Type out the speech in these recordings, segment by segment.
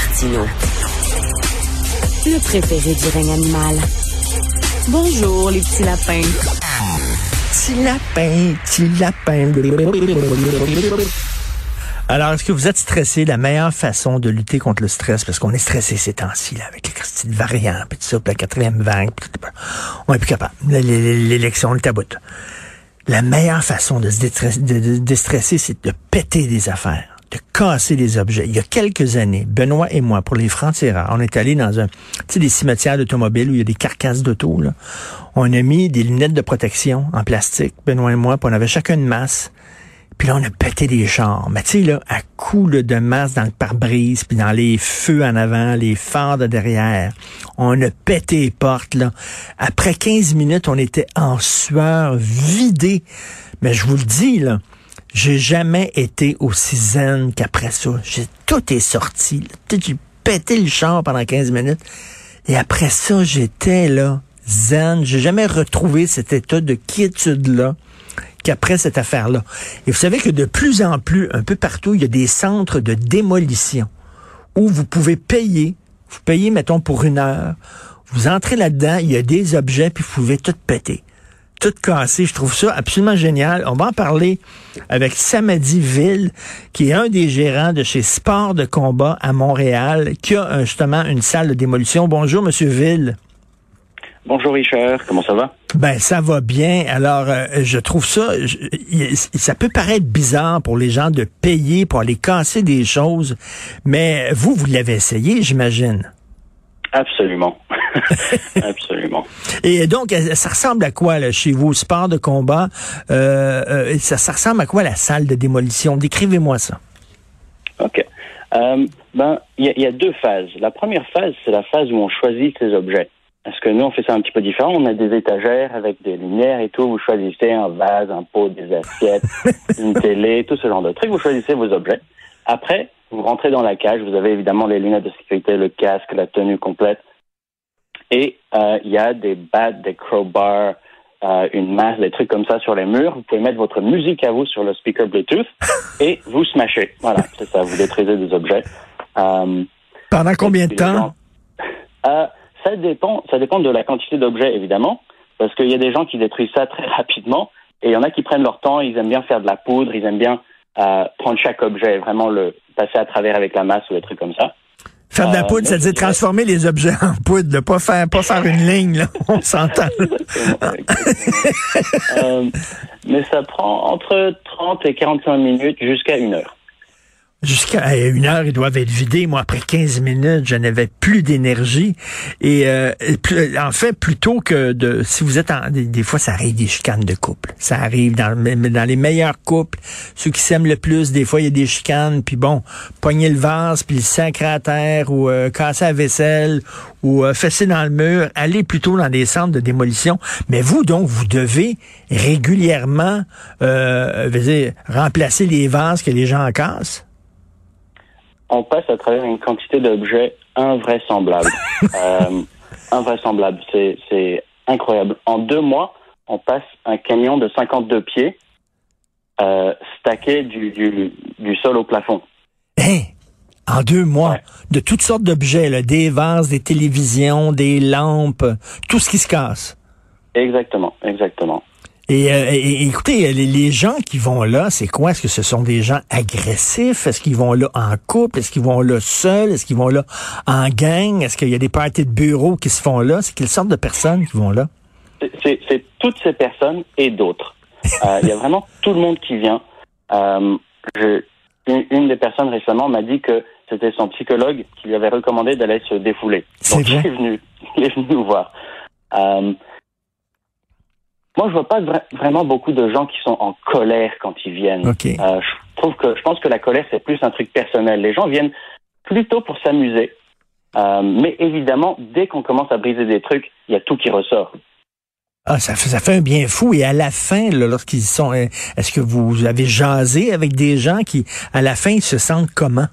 Martineau. Le préféré du règne animal. Bonjour, les petits lapins. Petit lapin, petit lapin. Alors, est-ce que vous êtes stressé? La meilleure façon de lutter contre le stress, parce qu'on est stressé ces temps-ci, là, avec les petites variants, puis tout ça, puis la quatrième vague, on est plus capable. L'élection, le tabout. La meilleure façon de se déstresser, c'est de péter des affaires, de casser des objets. Il y a quelques années, Benoît et moi, pour les francs-tireurs, on est allé dans des cimetières d'automobiles où il y a des carcasses d'auto, là. On a mis des lunettes de protection en plastique, Benoît et moi, puis on avait chacun une masse. Puis là, on a pété des chars. Mais tu sais, là, à coups de masse dans le pare-brise, puis dans les feux en avant, les phares de derrière, on a pété les portes, là. Après 15 minutes, on était en sueur, vidé. Mais je vous le dis, là, j'ai jamais été aussi zen qu'après ça. Tout est sorti. J'ai pété le char pendant 15 minutes. Et après ça, j'étais, là, zen. J'ai jamais retrouvé cet état de quiétude-là qu'après cette affaire-là. Et vous savez que de plus en plus, un peu partout, il y a des centres de démolition où vous pouvez payer. Vous payez, mettons, pour 1 heure. Vous entrez là-dedans, il y a des objets, puis vous pouvez tout péter, tout casser. Je trouve ça absolument génial. On va en parler avec Samadi Ville, qui est un des gérants de chez Sport de combat à Montréal, qui a justement une salle de démolition. Bonjour, Monsieur Ville. Bonjour Richard, comment ça va? Ben ça va bien. Alors je trouve ça, ça peut paraître bizarre pour les gens de payer pour aller casser des choses, mais vous l'avez essayé, j'imagine. Absolument, absolument. Et donc ça ressemble à quoi là, chez vous, sport de combat? Ça ressemble à quoi la salle de démolition? Décrivez-moi ça. Ok. Il y a 2 phases. La première phase, c'est la phase où on choisit ses objets. Parce que nous, on fait ça un petit peu différent. On a des étagères avec des lumières et tout. Vous choisissez un vase, un pot, des assiettes, une télé, tout ce genre de trucs. Vous choisissez vos objets. Après, vous rentrez dans la cage. Vous avez évidemment les lunettes de sécurité, le casque, la tenue complète. Et il y a des battes, des crowbars, une masse, des trucs comme ça sur les murs. Vous pouvez mettre votre musique à vous sur le speaker Bluetooth et vous smashez. Voilà, c'est ça. Vous détruisez des objets. Pendant combien de temps? Ça dépend de la quantité d'objets, évidemment, parce qu'il y a des gens qui détruisent ça très rapidement, et il y en a qui prennent leur temps, ils aiment bien faire de la poudre, ils aiment bien prendre chaque objet et vraiment le passer à travers avec la masse ou des trucs comme ça. Faire de la poudre, c'est-à-dire transformer les objets en poudre, de pas faire une ligne, là, on s'entend. Mais ça prend entre 30 et 45 minutes jusqu'à 1 heure. Jusqu'à 1 heure, ils doivent être vidés. Moi, après 15 minutes, je n'avais plus d'énergie. Et en fait, plutôt que si vous êtes des fois, ça arrive des chicanes de couple. Ça arrive dans les meilleurs couples, ceux qui s'aiment le plus. Des fois, il y a des chicanes. Puis bon, pogner le vase, puis le sacrer à terre, ou casser la vaisselle, ou fesser dans le mur. Aller plutôt dans des centres de démolition. Mais vous, donc, vous devez régulièrement, remplacer les vases que les gens cassent. On passe à travers une quantité d'objets invraisemblables. Invraisemblable. C'est incroyable. En 2 mois, on passe un camion de 52 pieds stacké du sol au plafond. Hein? En 2 mois, ouais. De toutes sortes d'objets, là, des vases, des télévisions, des lampes, tout ce qui se casse. Exactement. Et écoutez, les gens qui vont là, c'est quoi? Est-ce que ce sont des gens agressifs? Est-ce qu'ils vont là en couple? Est-ce qu'ils vont là seuls? Est-ce qu'ils vont là en gang? Est-ce qu'il y a des parties de bureau qui se font là? C'est quelle sorte de personnes qui vont là? C'est toutes ces personnes et d'autres. Il y a vraiment tout le monde qui vient. Une des personnes récemment m'a dit que c'était son psychologue qui lui avait recommandé d'aller se défouler. Donc il est venu nous voir. Moi, je vois pas vraiment beaucoup de gens qui sont en colère quand ils viennent. Okay. Je pense que la colère, c'est plus un truc personnel. Les gens viennent plutôt pour s'amuser. Mais évidemment, dès qu'on commence à briser des trucs, il y a tout qui ressort. Ah, ça fait un bien fou. Et à la fin, là, lorsqu'ils sont, est-ce que vous avez jasé avec des gens qui, à la fin, ils se sentent comment?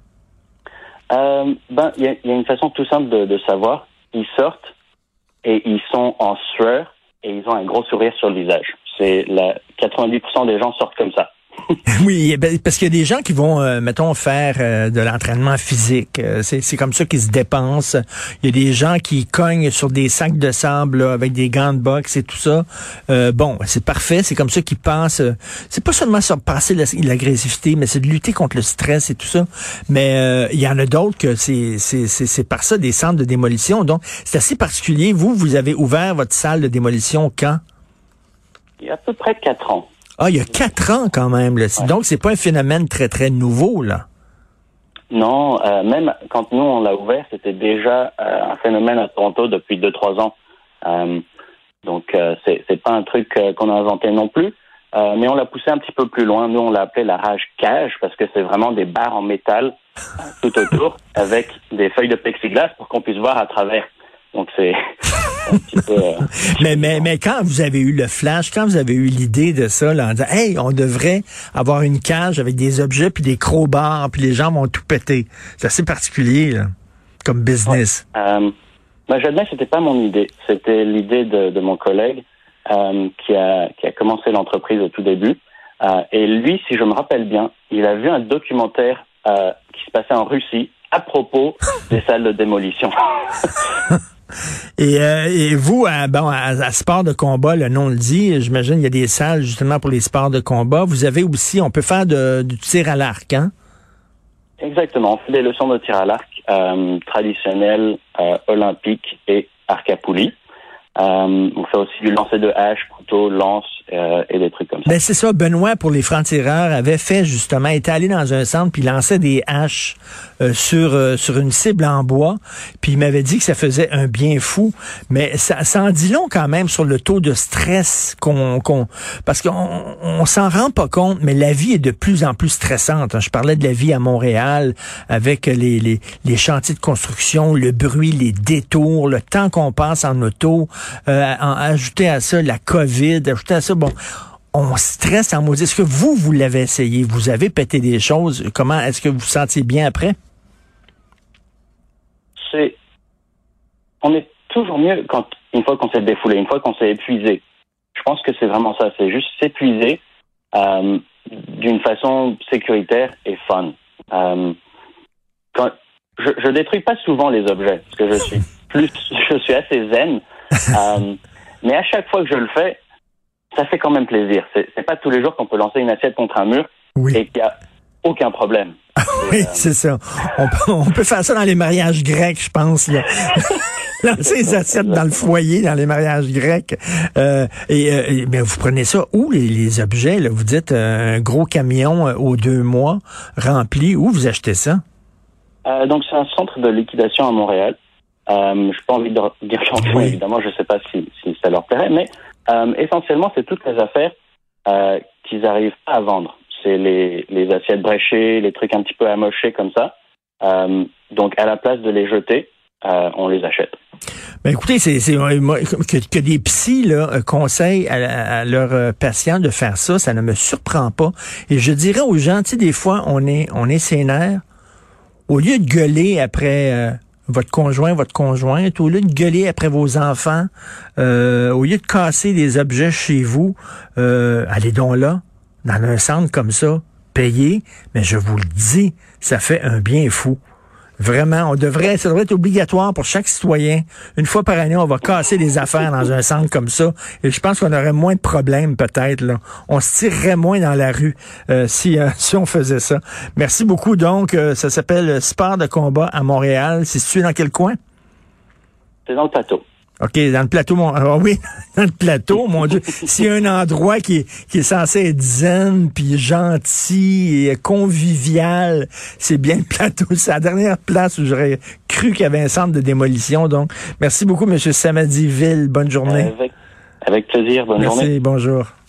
Il y a une façon tout simple de savoir. Ils sortent et ils sont en sueur et ils ont un gros sourire sur le visage. 90% des gens sortent comme ça. Oui, parce qu'il y a des gens qui vont, mettons, faire de l'entraînement physique. C'est comme ça qu'ils se dépensent. Il y a des gens qui cognent sur des sacs de sable là, avec des gants de boxe et tout ça. Bon, c'est parfait. C'est comme ça qu'ils pensent. C'est pas seulement surpasser l'agressivité, mais c'est de lutter contre le stress et tout ça. Mais il y en a d'autres que c'est par ça des centres de démolition. Donc, c'est assez particulier. Vous avez ouvert votre salle de démolition quand? Il y a à peu près 4 ans. Ah, il y a 4 ans quand même. Là. Ouais. Donc, c'est pas un phénomène très, très nouveau, là. Non, même quand nous, on l'a ouvert, c'était déjà un phénomène à Toronto depuis 2-3 ans. Donc, c'est pas un truc qu'on a inventé non plus. Mais on l'a poussé un petit peu plus loin. Nous, on l'a appelé la rage cage parce que c'est vraiment des barres en métal tout autour avec des feuilles de plexiglas pour qu'on puisse voir à travers. Donc, c'est un petit peu... Mais quand vous avez eu le flash, quand vous avez eu l'idée de ça, là, en disant, hey, on devrait avoir une cage avec des objets puis des crowbars puis les gens vont tout péter. C'est assez particulier, là, comme business. Ouais. J'admets que c'était pas mon idée. C'était l'idée de mon collègue qui a commencé l'entreprise au tout début. Et lui, si je me rappelle bien, il a vu un documentaire qui se passait en Russie à propos des salles de démolition. Et vous, à sport de combat, le nom le dit, j'imagine il y a des salles justement pour les sports de combat. Vous avez aussi, on peut faire du tir à l'arc, hein? Exactement, on fait des leçons de tir à l'arc traditionnelles, olympiques et arc à poulie. On fait aussi du lancer de hache, couteau, lance et des trucs comme ça. Ben c'est ça, Benoît, pour les francs-tireurs, avait fait justement, était allé dans un centre puis lançait des haches sur une cible en bois, puis il m'avait dit que ça faisait un bien fou, mais ça en dit long quand même sur le taux de stress parce qu'on s'en rend pas compte, mais la vie est de plus en plus stressante. Je parlais de la vie à Montréal avec les chantiers de construction, le bruit, les détours, le temps qu'on passe en auto, ajouter à ça la COVID, ajouter à ça, bon, on stresse en maudit. Est-ce que vous l'avez essayé? Vous avez pété des choses? Comment est-ce que vous vous sentiez bien après? On est toujours mieux une fois qu'on s'est défoulé, une fois qu'on s'est épuisé. Je pense que c'est vraiment ça. C'est juste s'épuiser d'une façon sécuritaire et fun. Je détruis pas souvent les objets parce que je suis assez zen. Mais à chaque fois que je le fais, ça fait quand même plaisir. C'est pas tous les jours qu'on peut lancer une assiette contre un mur et qu'il y a aucun problème. Oui, c'est ça. On peut faire ça dans les mariages grecs, je pense. Là. Lancer les assiettes dans le foyer, dans les mariages grecs. Mais vous prenez ça où, les objets? Là? Vous dites un gros camion aux 2 mois rempli. Où vous achetez ça? Donc, c'est un centre de liquidation à Montréal. Je n'ai pas envie de dire champion, évidemment. Je ne sais pas si ça leur plairait. Mais essentiellement, c'est toutes les affaires qu'ils n'arrivent pas à vendre. C'est les assiettes bréchées, les trucs un petit peu amochés comme ça. Donc, à la place de les jeter, on les achète. Ben écoutez, que des psys là, conseillent à leurs patients de faire ça, ça ne me surprend pas. Et je dirais aux gens, tu sais, des fois, on est sénère. Au lieu de gueuler après votre conjointe, au lieu de gueuler après vos enfants, au lieu de casser des objets chez vous, allez donc là, dans un centre comme ça, payez, mais je vous le dis, ça fait un bien fou. Vraiment, ça devrait être obligatoire pour chaque citoyen. Une fois par année, on va casser des affaires dans un centre comme ça. Et je pense qu'on aurait moins de problèmes, peut-être, là. On se tirerait moins dans la rue si on faisait ça. Merci beaucoup. Donc, ça s'appelle Sport de combat à Montréal. C'est situé dans quel coin? C'est dans le plateau. OK, dans le plateau, oui, dans le plateau, mon Dieu. S'il y a un endroit qui est censé être zen, puis gentil et convivial, c'est bien le plateau. C'est la dernière place où j'aurais cru qu'il y avait un centre de démolition. Donc, merci beaucoup, M. Samadi Ville. Bonne journée. Avec plaisir. Bonne journée. Merci, bonjour.